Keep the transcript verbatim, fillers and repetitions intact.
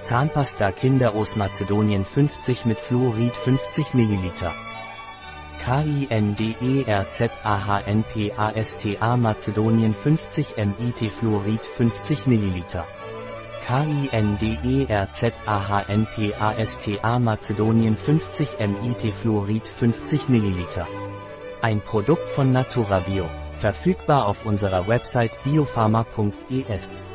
Zahnpasta Kinderost Mazedonien fünfzig mit Fluorid fünfzig Milliliter. Kinderzahmpasta Mazedonien fünfzig Milliliter Fluorid fünfzig Milliliter. Kinderzahmpasta Mazedonien fünfzig Milliliter Fluorid fünfzig Milliliter. Ein Produkt von Natura Bio. Verfügbar auf unserer Website biopharma punkt es.